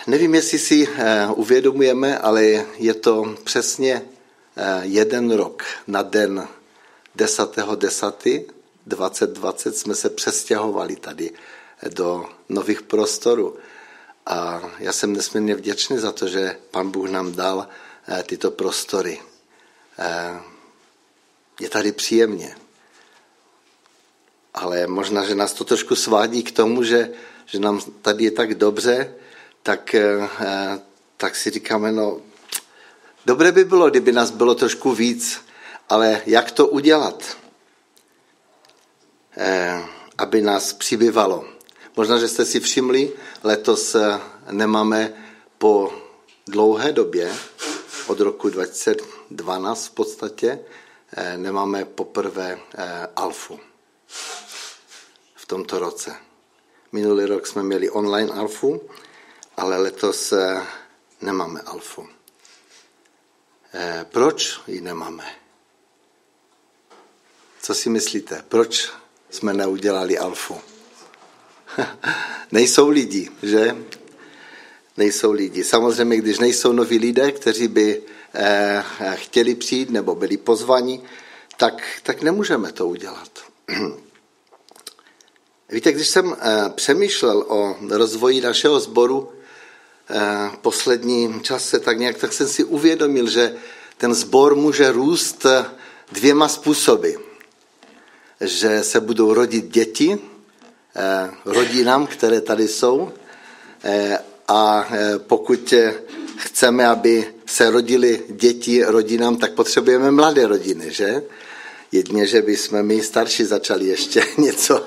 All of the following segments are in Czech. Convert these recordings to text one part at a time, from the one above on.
Nevím, jestli si uvědomujeme, ale je to přesně 1 rok na den 10.10.2020 jsme se přestěhovali tady do nových prostorů. A já jsem nesmírně vděčný za to, že Pan Bůh nám dal tyto prostory. Je tady příjemně. Ale možná, že nás to trošku svádí k tomu, že nám tady je tak dobře, tak si říkáme, no, dobré by bylo, kdyby nás bylo trošku víc, ale jak to udělat, aby nás přibývalo. Možná, že jste si všimli, letos nemáme po dlouhé době, od roku 2012 v podstatě, nemáme poprvé alfu v tomto roce. Minulý rok jsme měli online alfu, ale letos nemáme alfu. Proč ji nemáme? Co si myslíte? Proč jsme neudělali alfu? Nejsou lidi, že? Nejsou lidi. Samozřejmě, když nejsou noví lidé, kteří by chtěli přijít nebo byli pozvaní, tak nemůžeme to udělat. Víte, když jsem přemýšlel o rozvoji našeho sboru v posledním čase, tak jsem si uvědomil, že ten sbor může růst 2 způsoby. Že se budou rodit děti rodinám, které tady jsou, a pokud chceme, aby se rodily děti rodinám, tak potřebujeme mladé rodiny, že? Jedině, že bychom my starší začali ještě něco.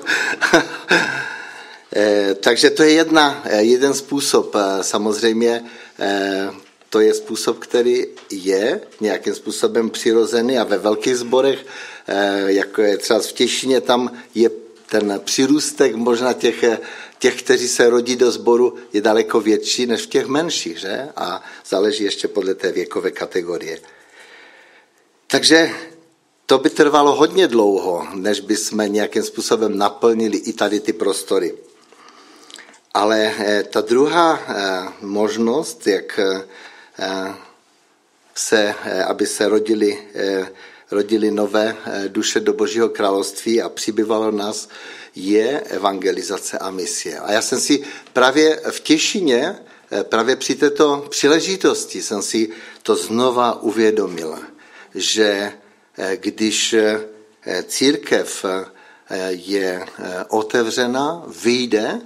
Takže to je jeden způsob. Samozřejmě to je způsob, který je nějakým způsobem přirozený a ve velkých sborech, jako je třeba v Těšíně, tam je ten přírůstek možná těch, kteří se rodí do sboru, je daleko větší než v těch menších, že? A záleží ještě podle té věkové kategorie. Takže to by trvalo hodně dlouho, než bychom nějakým způsobem naplnili i tady ty prostory. Ale ta druhá možnost, aby se rodili nové duše do Božího království a přibývalo nás, je evangelizace a misie. A já jsem si právě v Těšíně, právě při této příležitosti jsem si to znova uvědomil, že když církev je otevřena, vyjde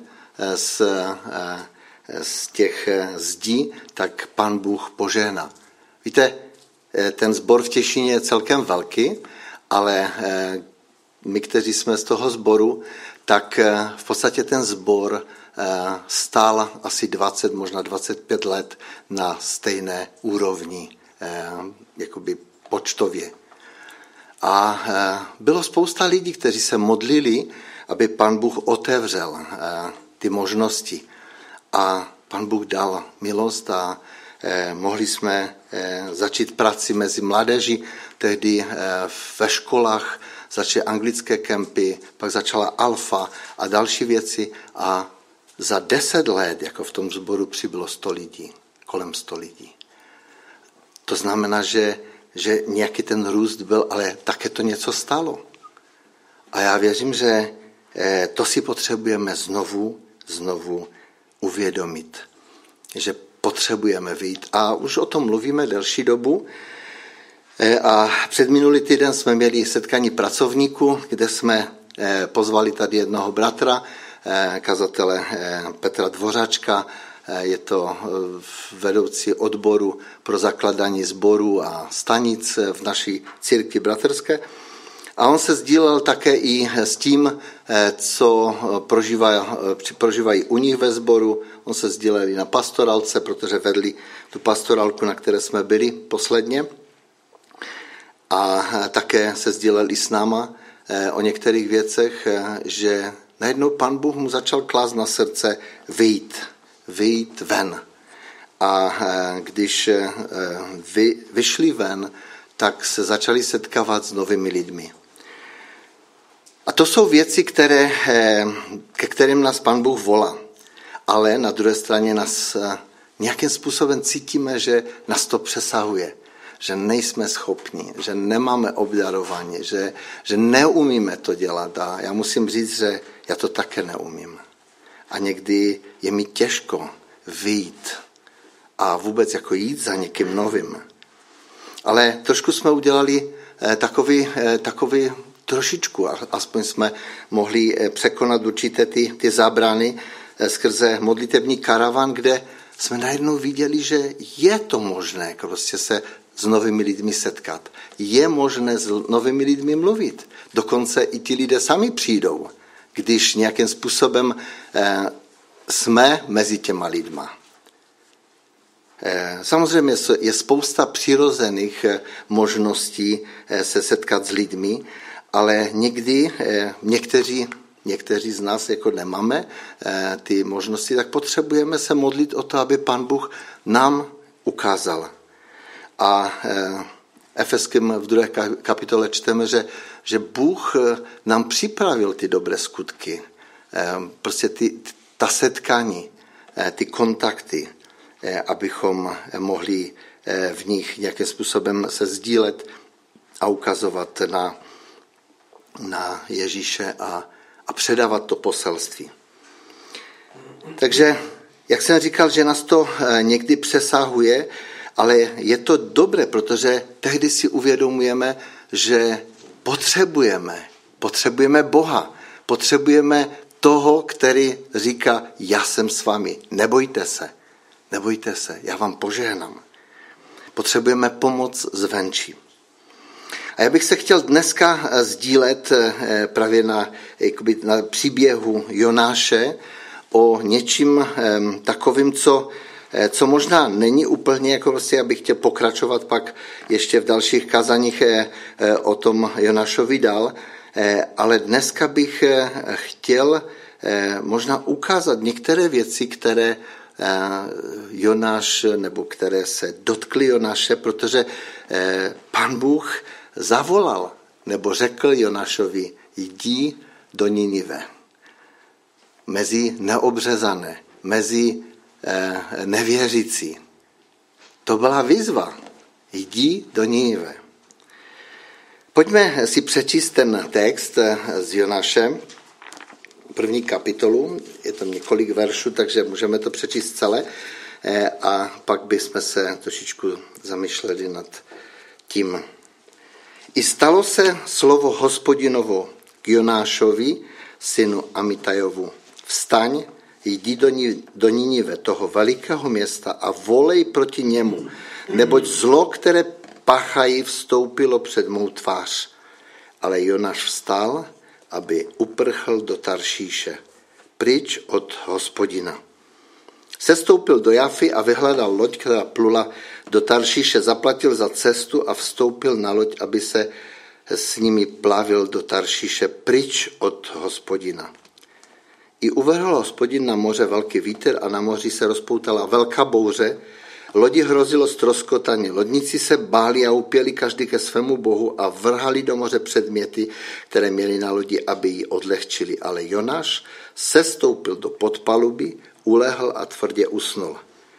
z těch zdí, tak Pan Bůh požehná. Víte, ten sbor v Těšíně je celkem velký, ale my, kteří jsme z toho sboru, tak v podstatě ten sbor stál asi 20, možná 25 let na stejné úrovni, jakoby počtově. A bylo spousta lidí, kteří se modlili, aby Pan Bůh otevřel ty možnosti. A Pan Bůh dal milost a mohli jsme začít práci mezi mládeží, tehdy ve školách začaly anglické kempy, pak začala alfa a další věci a za 10 let, jako v tom sboru, přibylo 100 lidí, kolem 100 lidí. To znamená, že nějaký ten růst byl, ale také to něco stalo. A já věřím, že to si potřebujeme znovu uvědomit, že potřebujeme vyjít. A už o tom mluvíme delší dobu. A před minulý týden jsme měli setkání pracovníků, kde jsme pozvali tady jednoho bratra, kazatele Petra Dvořáčka, je to vedoucí odboru pro zakládání sborů a stanic v naší církvi bratrské. A on se sdílel také i s tím, co prožívají u nich ve sboru. On se sdílel i na pastorálce, protože vedli tu pastorálku, na které jsme byli posledně. A také se sdílel i s náma o některých věcech, že najednou Pan Bůh mu začal klást na srdce vyjít ven. A když vyšli ven, tak se začali setkávat s novými lidmi. A to jsou věci, ke kterým nás Pan Bůh volá. Ale na druhé straně nás nějakým způsobem cítíme, že nás to přesahuje, že nejsme schopni, že nemáme obdarování, že neumíme to dělat. A já musím říct, že já to také neumím. A někdy je mi těžko vyjít a vůbec jako jít za někým novým. Ale trošku jsme udělali takový trošičku, aspoň jsme mohli překonat určité ty zábrany skrze modlitební karavan, kde jsme najednou viděli, že je to možné prostě se s novými lidmi setkat. Je možné s novými lidmi mluvit. Dokonce i ti lidé sami přijdou, když nějakým způsobem jsme mezi těma lidma. Samozřejmě je spousta přirozených možností se setkat s lidmi, ale někdy někteří z nás jako nemáme ty možnosti, tak potřebujeme se modlit o to, aby Pán Bůh nám ukázal. A Efeským v 2. kapitole čteme, že Bůh nám připravil ty dobré skutky, prostě ta setkání, ty kontakty, abychom mohli v nich nějakým způsobem se sdílet a ukazovat na Ježíše a předávat to poselství. Takže, jak jsem říkal, že nás to někdy přesahuje, ale je to dobré, protože tehdy si uvědomujeme, že potřebujeme Boha, potřebujeme toho, který říká, já jsem s vámi, nebojte se, já vám požehnám. Potřebujeme pomoc zvenčí. A já bych se chtěl dneska sdílet právě na příběhu Jonáše o něčím takovým, co možná není úplně, jako vlastně, abych chtěl pokračovat pak ještě v dalších kazaních o tom Jonášovi dál, ale dneska bych chtěl možná ukázat některé věci, které Jonáš, nebo které se dotkly Jonáše, protože Pán Bůh zavolal, nebo řekl Jonášovi, jdi do Ninive, mezi neobřezané, mezi nevěřící. To byla výzva. Jdi do Ninive. Pojďme si přečíst ten text z Jonáše, 1. kapitolu, je tam několik veršů, takže můžeme to přečíst celé a pak bychom se trošičku zamýšleli nad tím. I stalo se slovo Hospodinovo k Jonášovi, synu Amitajovu. Vstaň, jdi do Ninive, toho velikého města a volej proti němu, neboť zlo, které páchají, vstoupilo před mou tvář. Ale Jonáš vstal, aby uprchl do Taršíše, pryč od Hospodina. Sestoupil do Jafy a vyhledal loď, která plula do Taršíše, zaplatil za cestu a vstoupil na loď, aby se s nimi plavil do Taršíše, pryč od Hospodina. I uvrhl Hospodin na moře velký vítr a na moři se rozpoutala velká bouře, lodi hrozilo ztroskotání, lodníci se báli a upěli každý ke svému bohu a vrhali do moře předměty, které měli na lodi, aby ji odlehčili. Ale Jonáš sestoupil do podpaluby, ulehl a tvrdě usnul.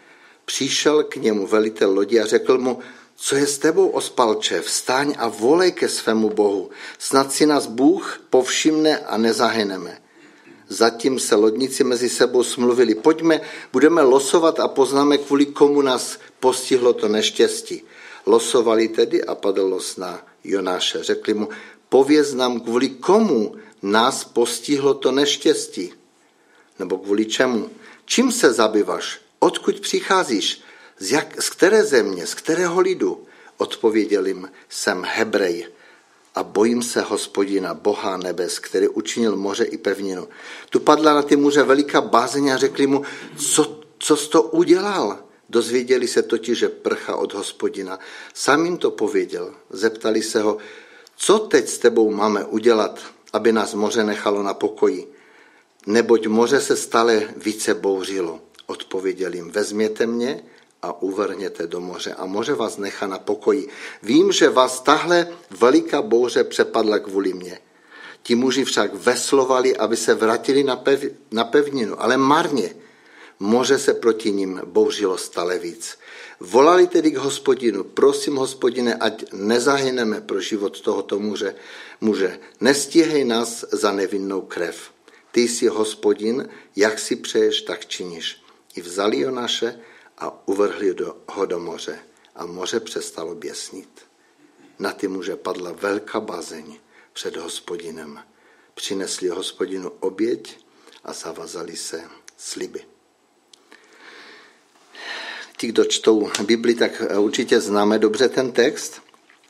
Přišel k němu velitel lodi a řekl mu, co je s tebou, ospalče, vstaň a volej ke svému bohu, snad si nás Bůh povšimne a nezahyneme. Zatím se lodníci mezi sebou smluvili, pojďme, budeme losovat a poznáme, kvůli komu nás postihlo to neštěstí. Losovali tedy a padl los na Jonáše. Řekli mu, pověz nám, kvůli komu nás postihlo to neštěstí. Nebo kvůli čemu? Čím se zabýváš? Odkud přicházíš? Z které země? Z kterého lidu? Odpověděl jim, jsem Hebrej a bojím se Hospodina, Boha nebes, který učinil moře i pevninu. Tu padla na ty moře veliká bázeň a řekli mu, co jsi to udělal? Dozvěděli se totiž, že prcha od Hospodina. Sám jim to pověděl. Zeptali se ho, co teď s tebou máme udělat, aby nás moře nechalo na pokoji? Neboť moře se stále více bouřilo. Odpověděl jim, vezměte mě a uvrhněte do moře a moře vás nechá na pokoji. Vím, že vás tahle veliká bouře přepadla kvůli mně. Ti muži však veslovali, aby se vrátili na pevninu, ale marně. moře se proti nim bouřilo stále víc. Volali tedy k Hospodinu, prosím, Hospodine, ať nezahyneme pro život tohoto muže. Nestíhej nás za nevinnou krev. Ty jsi Hospodin, jak si přeješ, tak činíš. I vzali Jonáše a uvrhli ho do moře. A moře přestalo běsnit. Na ty muže padla velká bázeň před Hospodinem. Přinesli Hospodinu oběť a zavazali se sliby. Ti, kdo čtou Bibli, tak určitě známe dobře ten text,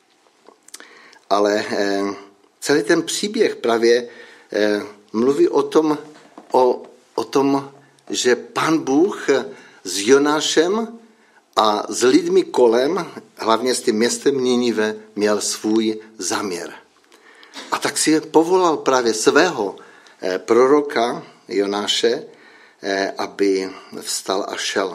ale celý ten příběh právě mluví o tom, že Pán Bůh s Jonášem a s lidmi kolem, hlavně s tím městem Ninive, měl svůj záměr. A tak si povolal právě svého proroka Jonáše, aby vstal a šel.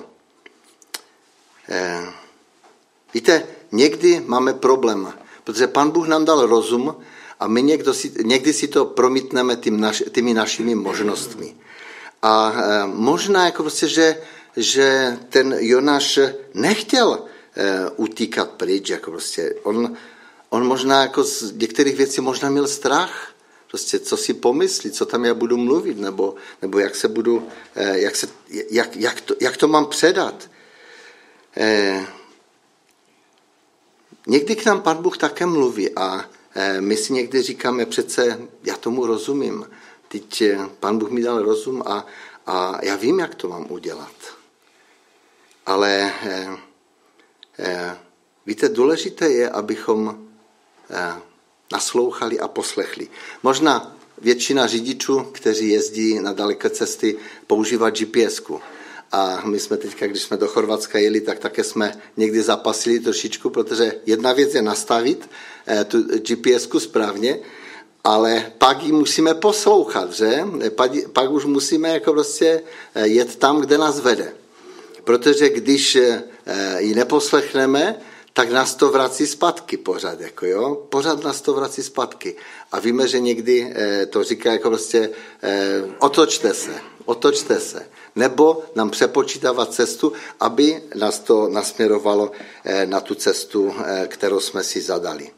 Víte, někdy máme problém, protože Pán Bůh nám dal rozum a my někdy si to promítneme těmi našimi možnostmi. A možná jako prostě, že ten Jonáš nechtěl utíkat pryč, jako prostě on možná jako z některých věcí možná měl strach, prostě co si pomyslí, co tam já budu mluvit, nebo jak se budu, jak to mám předat. Někdy k nám Pán Bůh také mluví a my si někdy říkáme, přece já tomu rozumím, teď Pán Bůh mi dal rozum a já vím, jak to mám udělat. Ale víte, důležité je, abychom naslouchali a poslechli. Možná většina řidičů, kteří jezdí na daleké cesty, používá GPS-ku. A my jsme teďka, když jsme do Chorvatska jeli, tak také jsme někdy zapasili trošičku, protože jedna věc je nastavit tu GPS-ku správně, ale pak ji musíme poslouchat, že? Pak už musíme jako prostě jet tam, kde nás vede. Protože když ji neposlechneme, tak nás to vrací zpátky pořád, jako jo? Pořád nás to vrací zpátky. A víme, že někdy to říká jako prostě otočte se. Nebo nám přepočítávat cestu, aby nás to nasměrovalo na tu cestu, kterou jsme si zadali.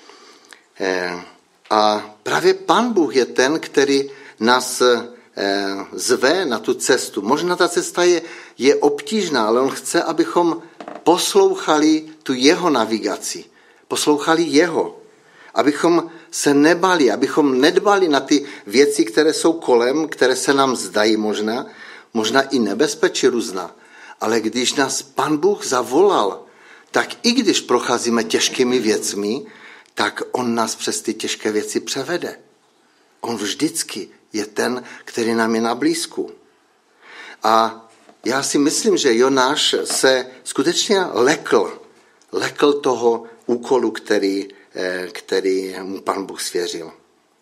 A právě Pán Bůh je ten, který nás zve na tu cestu. Možná ta cesta je obtížná, ale on chce, abychom poslouchali tu jeho navigaci. Poslouchali jeho. Abychom se nebali, abychom nedbali na ty věci, které jsou kolem, které se nám zdají možná i nebezpečí různá. Ale když nás Pán Bůh zavolal, tak i když procházíme těžkými věcmi, tak on nás přes ty těžké věci převede. On vždycky je ten, který nám je na blízku. A já si myslím, že Jonáš se skutečně lekl toho úkolu, který mu Pán Bůh svěřil.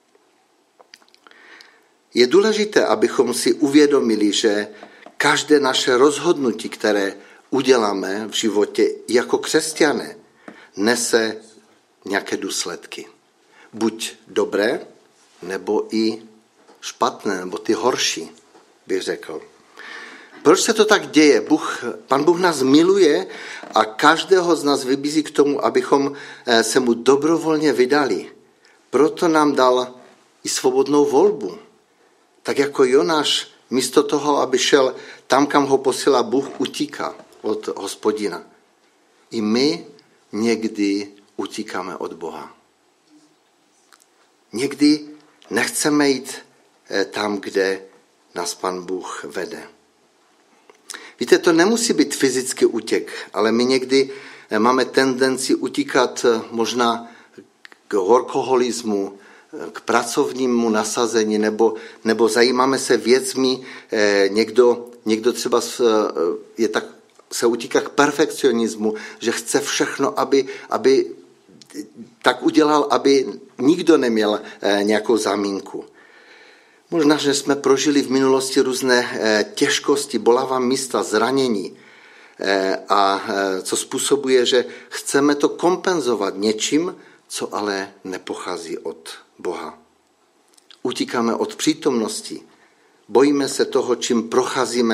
Je důležité, abychom si uvědomili, že každé naše rozhodnutí, které uděláme v životě jako křesťané, nese nějaké důsledky. Buď dobré, nebo i špatné, nebo ty horší, bych řekl. Proč se to tak děje? Pán Bůh nás miluje a každého z nás vybízí k tomu, abychom se mu dobrovolně vydali. Proto nám dal i svobodnou volbu. Tak jako Jonáš místo toho, aby šel tam, kam ho posílá Bůh, utíká od Hospodina. I my někdy utíkáme od Boha. Někdy nechceme jít tam, kde nás Pán Bůh vede. Víte, to nemusí být fyzický útěk, ale my někdy máme tendenci utíkat možná k alkoholismu, k pracovnímu nasazení, nebo zajímáme se věcmi, někdo třeba se utíká k perfekcionismu, že chce všechno, aby tak udělal, aby nikdo neměl nějakou záminku. Možná, že jsme prožili v minulosti různé těžkosti, bolavá místa, zranění, a co způsobuje, že chceme to kompenzovat něčím, co ale nepochází od Boha. Utíkáme od přítomnosti, bojíme se toho, čím procházíme,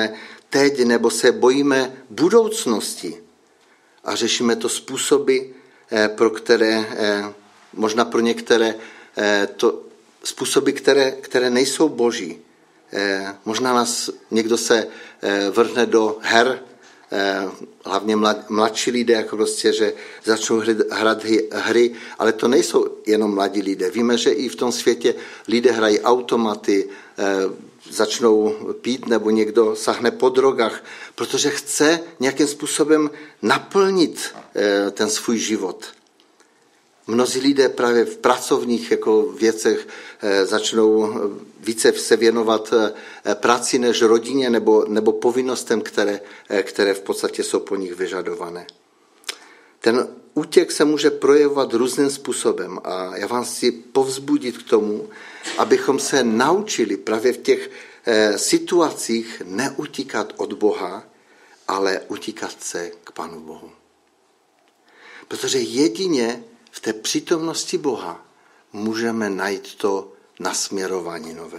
teď, nebo se bojíme budoucnosti a řešíme to způsoby, pro které, možná pro některé, to způsoby, které nejsou boží. Možná nás někdo se vrhne do her, hlavně mladší lidé, jako prostě, že začnou hrát hry, ale to nejsou jenom mladí lidé. Víme, že i v tom světě lidé hrají automaty, začnou pít nebo někdo sahne po drogách, protože chce nějakým způsobem naplnit ten svůj život. Mnozí lidé právě v pracovních jako věcech začnou více se věnovat práci než rodině nebo povinnostem, které v podstatě jsou po nich vyžadované. Ten útěk se může projevovat různým způsobem a já vás chci povzbudit k tomu, abychom se naučili právě v těch situacích neutíkat od Boha, ale utíkat se k Pánu Bohu. Protože jedině v té přítomnosti Boha můžeme najít to nasměrování nové.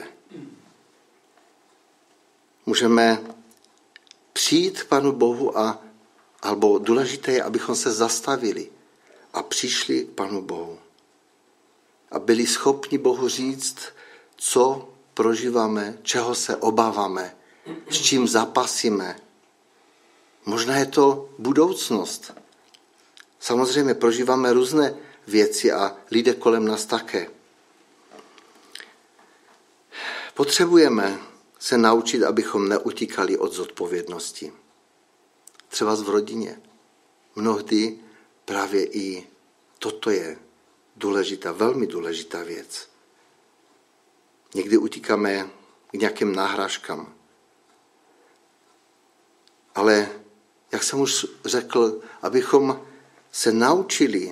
Můžeme přijít k Pánu Bohu alebo důležité je, abychom se zastavili a přišli k Pánu Bohu. A byli schopni Bohu říct, co prožíváme, čeho se obáváme, s čím zápasíme. Možná je to budoucnost. Samozřejmě prožíváme různé věci a lidé kolem nás také. Potřebujeme se naučit, abychom neutíkali od zodpovědnosti. Třeba v rodině. Mnohdy právě i toto je důležitá, velmi důležitá věc. Někdy utíkáme k nějakým náhražkám. Ale, jak jsem už řekl, abychom se naučili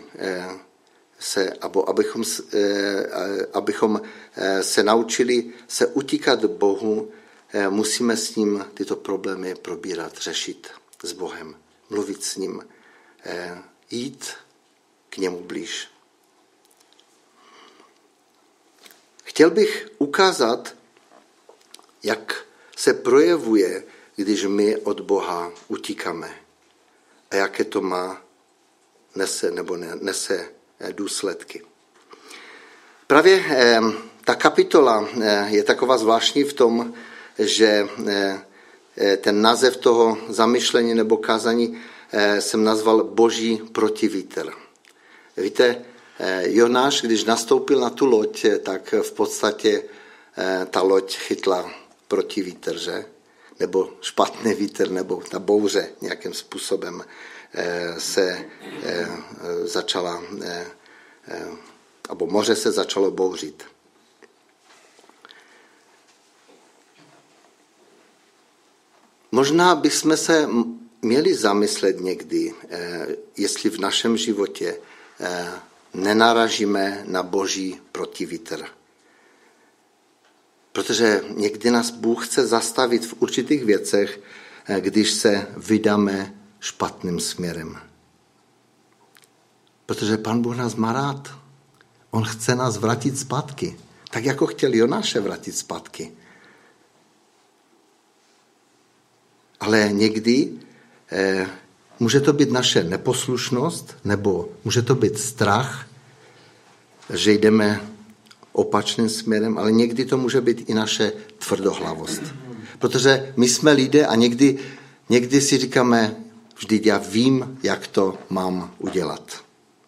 abychom se naučili se utíkat Bohu, musíme s ním tyto problémy probírat, řešit s Bohem, mluvit s ním, jít k němu blíž. Chtěl bych ukázat, jak se projevuje, když my od Boha utíkáme a jaké to nese důsledky. Právě ta kapitola je taková zvláštní v tom, že ten název toho zamyšlení nebo kázání jsem nazval Boží protivítr. Víte, Jonáš, když nastoupil na tu loď, tak v podstatě ta loď chytla protivítr, že? Nebo špatný vítr, nebo ta bouře nějakým způsobem se začala, nebo moře se začalo bouřit. Možná bychom se měli zamyslet někdy, jestli v našem životě nenaražíme na Boží protivítr. Protože někdy nás Bůh chce zastavit v určitých věcech, když se vydáme špatným směrem. Protože Pán Bůh nás má rád. On chce nás vrátit zpátky. Tak jako chtěl Jonáše vrátit zpátky. Ale někdy může to být naše neposlušnost, nebo může to být strach, že jdeme opačným směrem, ale někdy to může být i naše tvrdohlavost. Protože my jsme lidé a někdy si říkáme, vždyť já vím, jak to mám udělat.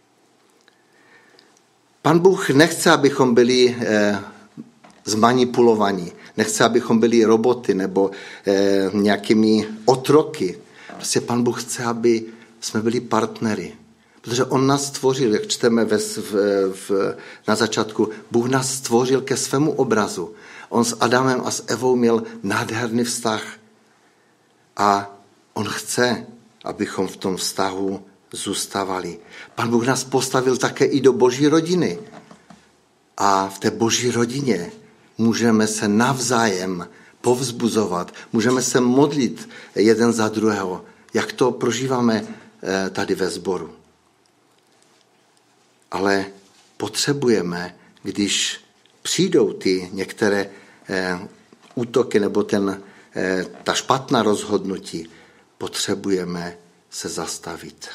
Pan Bůh nechce, abychom byli zmanipulovaní. Nechce, abychom byli roboty nebo nějakými otroky. Prostě Pan Bůh chce, aby jsme byli partnery. Protože on nás stvořil, jak čteme na začátku, Bůh nás stvořil ke svému obrazu. On s Adamem a s Evou měl nádherný vztah. A on chce, abychom v tom vztahu zůstávali. Pan Bůh nás postavil také i do Boží rodiny. A v té Boží rodině můžeme se navzájem povzbuzovat, můžeme se modlit jeden za druhého, jak to prožíváme tady ve sboru. Ale potřebujeme, když přijdou ty některé útoky nebo ta špatná rozhodnutí, potřebujeme se zastavit.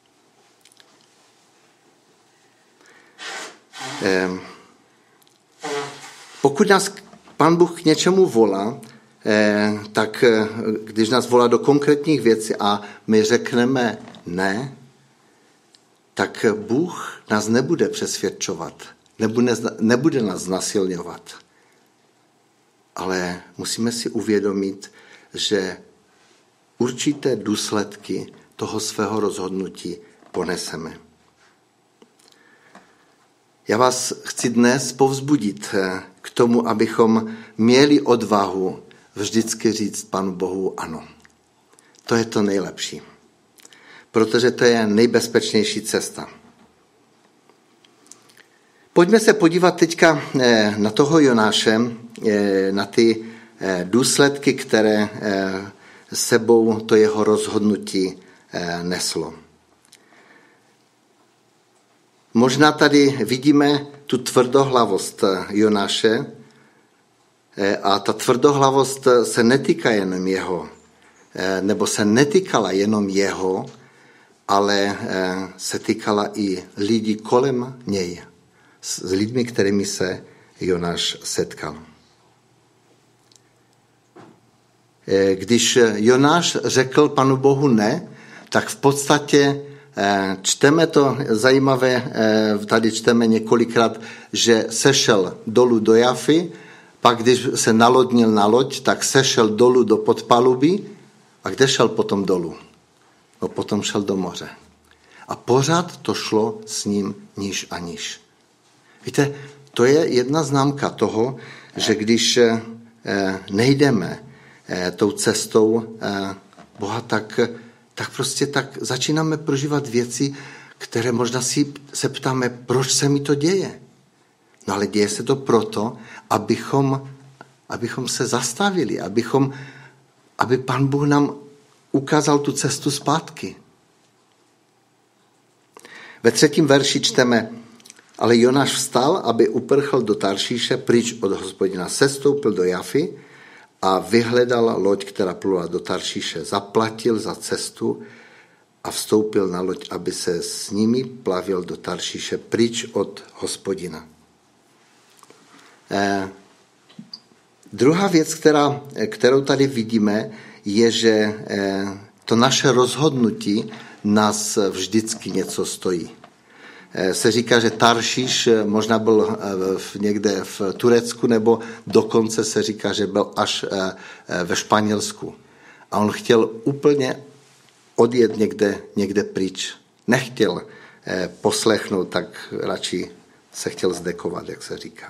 Pokud nás Pán Bůh k něčemu volá, tak když nás volá do konkrétních věcí a my řekneme ne, tak Bůh nás nebude přesvědčovat, nebude nás znasilňovat. Ale musíme si uvědomit, že určité důsledky toho svého rozhodnutí poneseme. Já vás chci dnes povzbudit k tomu, abychom měli odvahu vždycky říct Pánu Bohu ano. To je to nejlepší, protože to je nejbezpečnější cesta. Pojďme se podívat teďka na toho Jonáše, na ty důsledky, které sebou to jeho rozhodnutí neslo. Možná tady vidíme tu tvrdohlavost Jonáše a ta tvrdohlavost se netýká jenom jeho, nebo se netýkala jenom jeho, ale se týkala i lidí kolem něj, s lidmi, kterými se Jonáš setkal. Když Jonáš řekl Panu Bohu ne, tak v podstatě čteme to zajímavé, tady čteme několikrát, že sešel dolů do Jafy, pak když se nalodnil na loď, tak sešel dolů do podpaluby a kde šel potom dolů? No potom šel do moře. A pořád to šlo s ním níž a níž. Víte, to je jedna známka toho, že když nejdeme tou cestou Boha, tak prostě tak začínáme prožívat věci, které možná si se ptáme, proč se mi to děje. No ale děje se to proto, abychom se zastavili, aby Pán Bůh nám ukázal tu cestu zpátky. Ve 3. verši čteme, ale Jonáš vstal, aby uprchl do Taršíše, pryč od Hospodina, sestoupil do Jafy a vyhledal loď, která plula do Taršíše. Zaplatil za cestu a vstoupil na loď, aby se s nimi plavil do Taršíše, pryč od Hospodina. Druhá věc, kterou tady vidíme, je, že to naše rozhodnutí nás vždycky něco stojí. Se říká, že Taršíš možná byl někde v Turecku, nebo dokonce se říká, že byl až ve Španělsku. A on chtěl úplně odjet někde pryč. Nechtěl poslechnout, tak radši se chtěl zdekovat, jak se říká.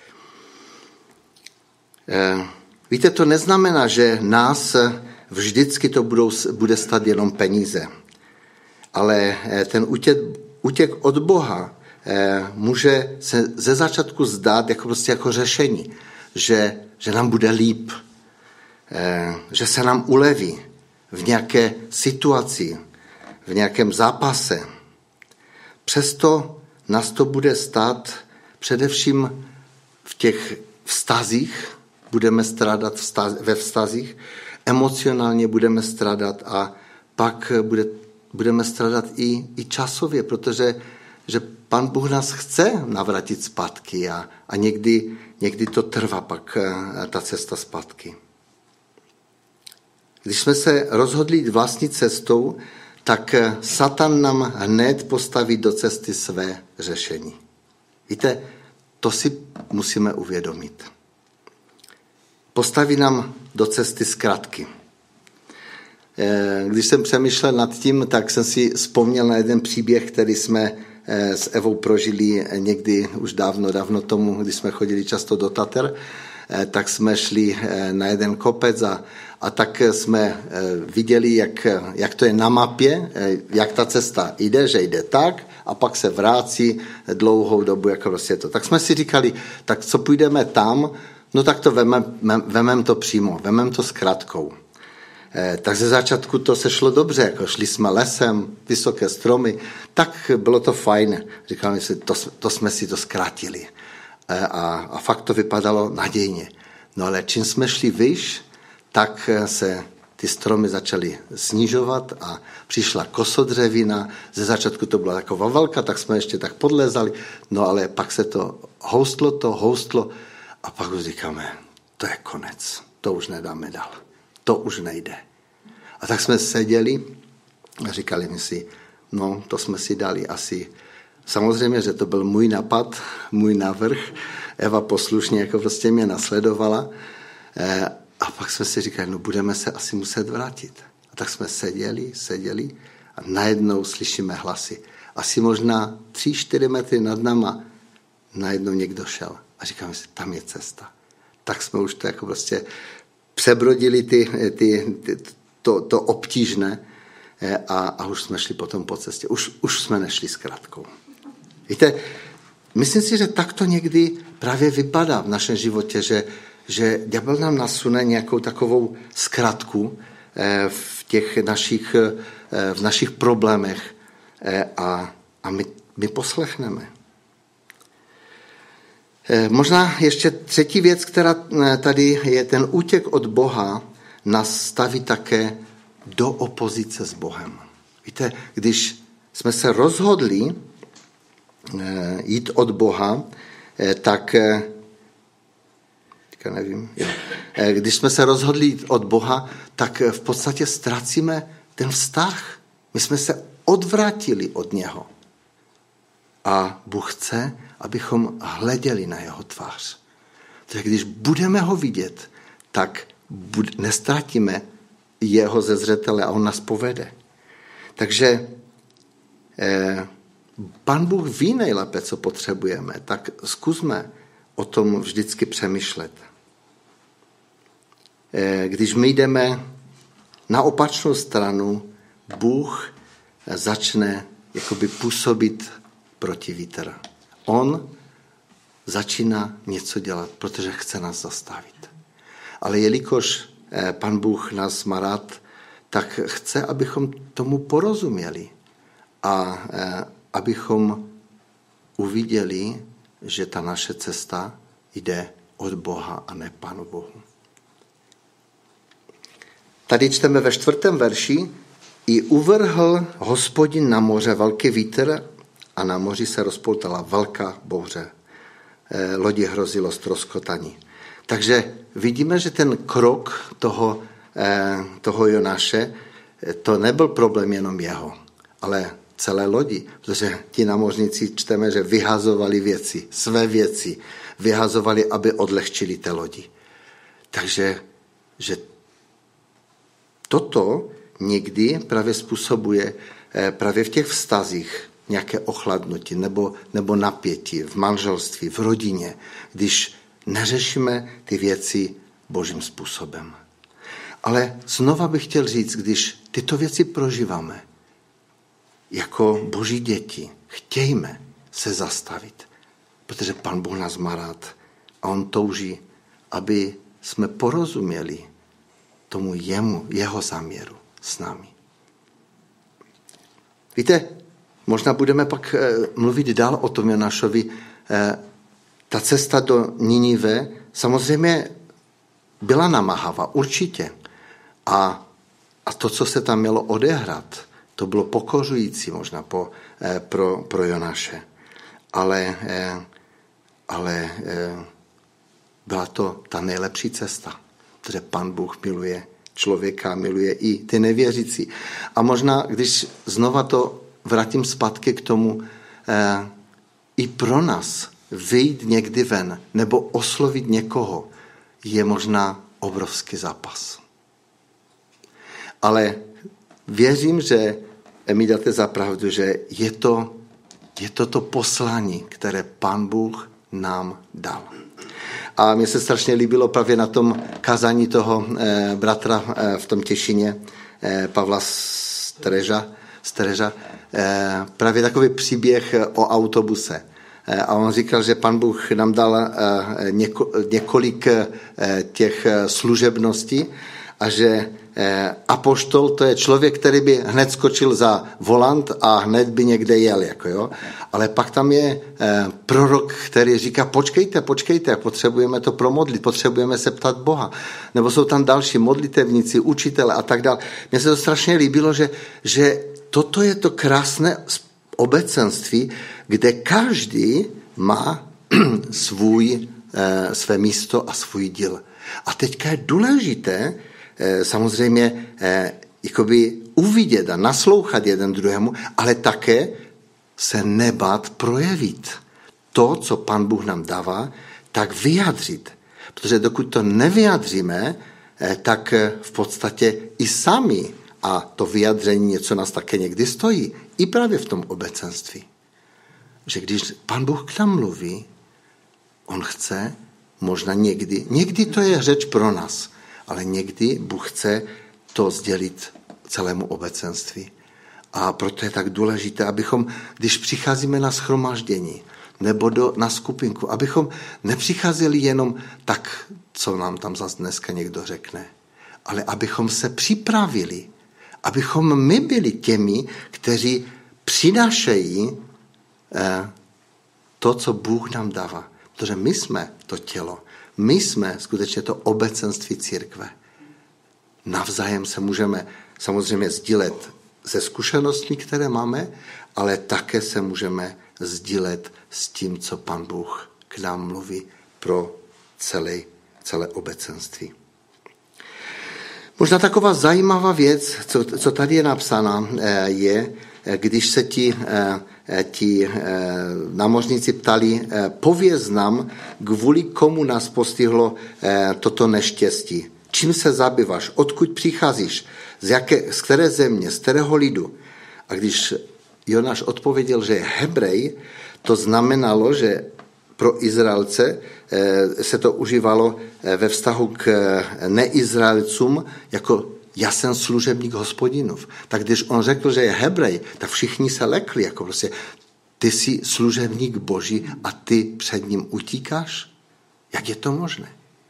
Víte, to neznamená, že nás vždycky to bude stát jenom peníze. Ale ten útěk od Boha může se ze začátku zdát jako řešení, že nám bude líp, že se nám uleví v nějaké situaci, v nějakém zápase. Přesto nás to bude stát především v těch vztazích, budeme strádat ve vztazích, emocionálně budeme strádat a pak budeme strádat i časově, protože že Pán Bůh nás chce navrátit zpátky a někdy to trvá pak ta cesta zpátky. Když jsme se rozhodli jít vlastní cestou, tak Satan nám hned postaví do cesty své řešení. Víte, to si musíme uvědomit. Postaví nám do cesty zkratky. Když jsem přemýšlel nad tím, tak jsem si vzpomněl na jeden příběh, který jsme s Evou prožili někdy už dávno tomu, když jsme chodili často do Tater, tak jsme šli na jeden kopec a tak jsme viděli, jak to je na mapě, jak ta cesta jde, že jde tak a pak se vrátí dlouhou dobu, jako prostě to. Tak jsme si říkali, tak co půjdeme tam, no tak to vemem to přímo, vemem to zkratkou. Tak ze začátku to se šlo dobře, jako šli jsme lesem, vysoké stromy, tak bylo to fajn. Říkali si, to jsme si to zkrátili. A fakt to vypadalo nadějně. No ale čím jsme šli výš, tak se ty stromy začaly snižovat a přišla kosodřevina. Ze začátku to byla taková velká, tak jsme ještě tak podlézali, no ale pak se to houstlo a pak už říkáme, to je konec, to už nedáme dál, to už nejde. A tak jsme seděli a říkali mi si, no to jsme si dali asi, samozřejmě, že to byl můj nápad, můj návrh, Eva poslušně jako prostě mě nasledovala a pak jsme si říkali, no budeme se asi muset vrátit. A tak jsme seděli a najednou slyšíme hlasy. Asi možná 3-4 metry nad náma najednou někdo šel. A říkáme si, tam je cesta. Tak jsme už to jako prostě přebrodili to obtížné a už jsme šli potom po cestě. Už jsme nešli zkratkou. Víte, myslím si, že tak to někdy právě vypadá v našem životě, že ďábel nám nasune nějakou takovou zkratku v našich problémech a my poslechneme. Možná ještě třetí věc, která tady je, ten útěk od Boha nás staví také do opozice s Bohem. Víte, když jsme se rozhodli jít od Boha, tak když jsme se rozhodli jít od Boha, tak v podstatě ztrácíme ten vztah. My jsme se odvrátili od něho. A Bůh chce, abychom hleděli na jeho tvář. Takže když budeme ho vidět, tak nestratíme jeho ze zřetele a on nás povede. Takže Pan Bůh ví nejlépe, co potřebujeme, tak zkusme o tom vždycky přemýšlet. Když my jdeme na opačnou stranu, Bůh začne jakoby působit proti vítr. On začíná něco dělat, protože chce nás zastavit. Ale jelikož Pan Bůh nás má rád, tak chce, abychom tomu porozuměli a abychom uviděli, že ta naše cesta jde od Boha a ne Pánu Bohu. Tady čteme ve 4. verši, i uvrhl Hospodin na moře velký vítr a na moři se rozpoutala velká bouře. Lodi hrozilo ztroskotání. Takže vidíme, že ten krok toho Jonáše, to nebyl problém jenom jeho, ale celé lodi, protože ti námořníci čteme, že vyhazovali věci, své věci, vyhazovali, aby odlehčili té lodi. Takže že toto někdy právě způsobuje právě v těch vztazích nějaké ochladnutí nebo napětí v manželství, v rodině, když neřešíme ty věci Božím způsobem. Ale znova bych chtěl říct, když tyto věci prožíváme jako Boží děti, chtějme se zastavit, protože Pan Bůh nás má rád a on touží, aby jsme porozuměli tomu jeho záměru s námi. Víte, možná budeme pak mluvit dál o tom Jonášovi. Ta cesta do Ninive samozřejmě byla namáhavá, určitě. A to, co se tam mělo odehrát, to bylo pokořující možná pro Jonáše. Ale byla to ta nejlepší cesta, protože Pan Bůh miluje člověka, miluje i ty nevěřící. A možná, když znova to vrátím zpátky k tomu, i pro nás vyjít někdy ven nebo oslovit někoho je možná obrovský zápas. Ale věřím, že mi dáte za pravdu, že je to poslání, které Pán Bůh nám dal. A mně se strašně líbilo právě na tom kázání toho bratra v tom Těšíně, Pavla Stereža, právě takový příběh o autobuse. A on říkal, že Pan Bůh nám dal několik těch služebností a že apoštol, to je člověk, který by hned skočil za volant a hned by někde jel. Jako jo. Ale pak tam je prorok, který říká, počkejte, potřebujeme to promodlit, potřebujeme se ptat Boha. Nebo jsou tam další modlitevníci, učitele a tak dále. Mně se to strašně líbilo, že toto je to krásné obecenství, kde každý má své místo a svůj díl. A teďka je důležité samozřejmě jakoby uvidět a naslouchat jeden druhému, ale také se nebát projevit. To, co Pán Bůh nám dává, tak vyjádřit. Protože dokud to nevyjádříme, tak v podstatě i sami, a to vyjádření něco nás také někdy stojí, i právě v tom obecenství. Že když Pán Bůh k nám mluví, on chce možná někdy to je řeč pro nás, ale někdy Bůh chce to sdělit celému obecenství. A proto je tak důležité, abychom, když přicházíme na shromáždění nebo na skupinku, abychom nepřicházeli jenom tak, co nám tam zase dneska někdo řekne, ale abychom se připravili, abychom my byli těmi, kteří přinášejí to, co Bůh nám dává. Protože my jsme to tělo. My jsme skutečně to obecenství církve. Navzájem se můžeme samozřejmě sdílet se zkušenostmi, které máme, ale také se můžeme sdílet s tím, co Pan Bůh k nám mluví pro celé obecenství. Možná taková zajímavá věc, co tady je napsána, je, když se ti námořníci ptali, pověz nám, kvůli komu nás postihlo toto neštěstí. Čím se zabýváš? Odkud přicházíš? Z které země? Z kterého lidu? A když Jonáš odpověděl, že je Hebrej, to znamenalo, že pro Izraelce se to užívalo ve vztahu k neizraelcům jako já jsem služebník Hospodinův. Tak když on řekl, že je Hebrej, tak všichni se lekli, jako prostě ty jsi služebník Boží a ty před ním utíkáš? Jak je to možné?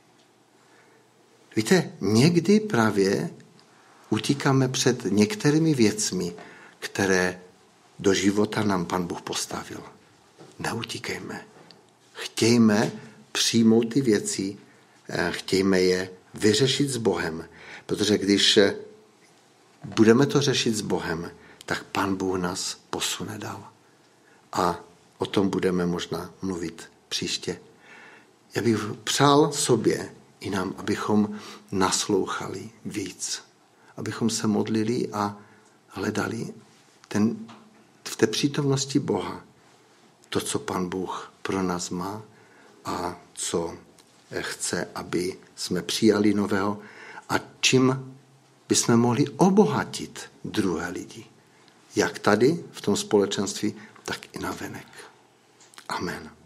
Víte, někdy právě utíkáme před některými věcmi, které do života nám Pan Bůh postavil. Neutíkejme. Chtějme přijmout ty věci, chtějme je vyřešit s Bohem, protože když budeme to řešit s Bohem, tak Pan Bůh nás posune dál. A o tom budeme možná mluvit příště. Já bych přál sobě i nám, abychom naslouchali víc, abychom se modlili a hledali v té přítomnosti Boha to, co Pan Bůh pro nás má a co chce, aby jsme přijali nového a čím bychom mohli obohatit druhé lidi. Jak tady v tom společenství, tak i navenek. Amen.